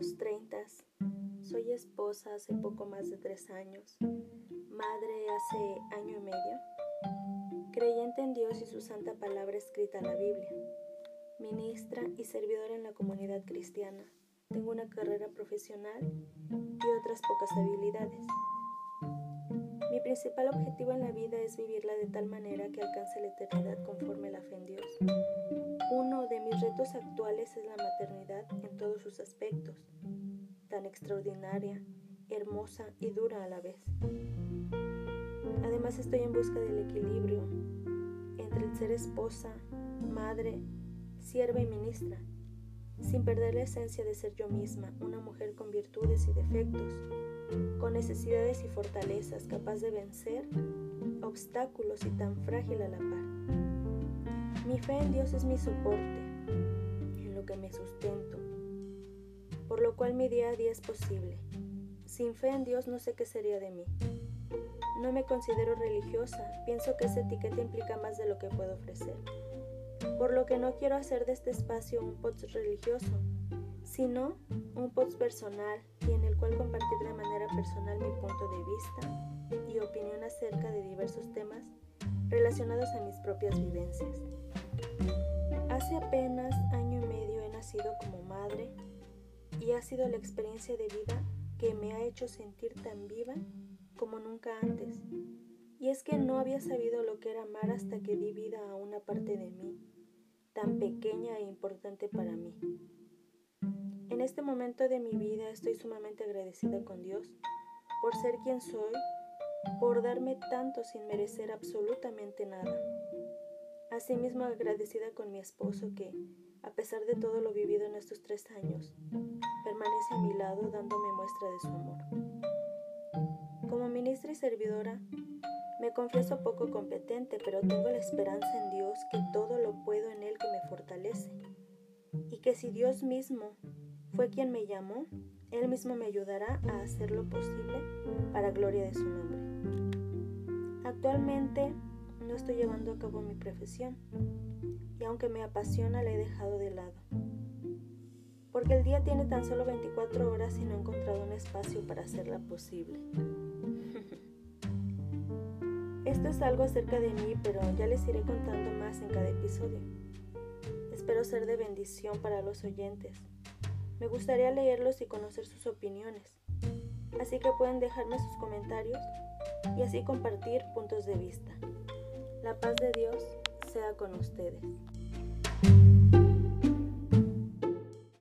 los 30, soy esposa hace poco más de 3 años, madre hace año y medio, creyente en Dios y su santa palabra escrita en la Biblia, ministra y servidora en la comunidad cristiana. Tengo una carrera profesional y otras pocas habilidades. Mi principal objetivo en la vida es vivirla de tal manera que alcance la eternidad conforme la fe en Dios. Uno de mis retos actuales es la maternidad en todos sus aspectos, tan extraordinaria, hermosa y dura a la vez. Además estoy en busca del equilibrio entre el ser esposa, madre, sierva y ministra, sin perder la esencia de ser yo misma, una mujer con virtudes y defectos, con necesidades y fortalezas, capaz de vencer obstáculos y tan frágil a la par. Mi fe en Dios es mi soporte, en lo que me sustento, por lo cual mi día a día es posible. Sin fe en Dios no sé qué sería de mí. No me considero religiosa, pienso que esa etiqueta implica más de lo que puedo ofrecer, por lo que no quiero hacer de este espacio un podcast religioso, sino un podcast personal y en el cual compartir de manera personal mi punto de vista y opinión acerca de diversos temas relacionados a mis propias vivencias. Hace apenas año y medio he nacido como madre y ha sido la experiencia de vida que me ha hecho sentir tan viva como nunca antes. Y es que no había sabido lo que era amar hasta que di vida a una parte de mí, tan pequeña e importante para mí. En este momento de mi vida estoy sumamente agradecida con Dios por ser quien soy, por darme tanto sin merecer absolutamente nada. Asimismo agradecida con mi esposo que, a pesar de todo lo vivido en estos 3 años, permanece a mi lado dándome muestra de su amor. Como ministra y servidora, me confieso poco competente, pero tengo la esperanza en Dios que todo lo puedo en Él que me fortalece, y que si Dios mismo fue quien me llamó, Él mismo me ayudará a hacer lo posible para gloria de su nombre. Actualmente no estoy llevando a cabo mi profesión, y aunque me apasiona la he dejado de lado, porque el día tiene tan solo 24 horas y no he encontrado un espacio para hacerla posible. Esto es algo acerca de mí, pero ya les iré contando más en cada episodio. Espero ser de bendición para los oyentes. Me gustaría leerlos y conocer sus opiniones, así que pueden dejarme sus comentarios y así compartir puntos de vista. La paz de Dios sea con ustedes.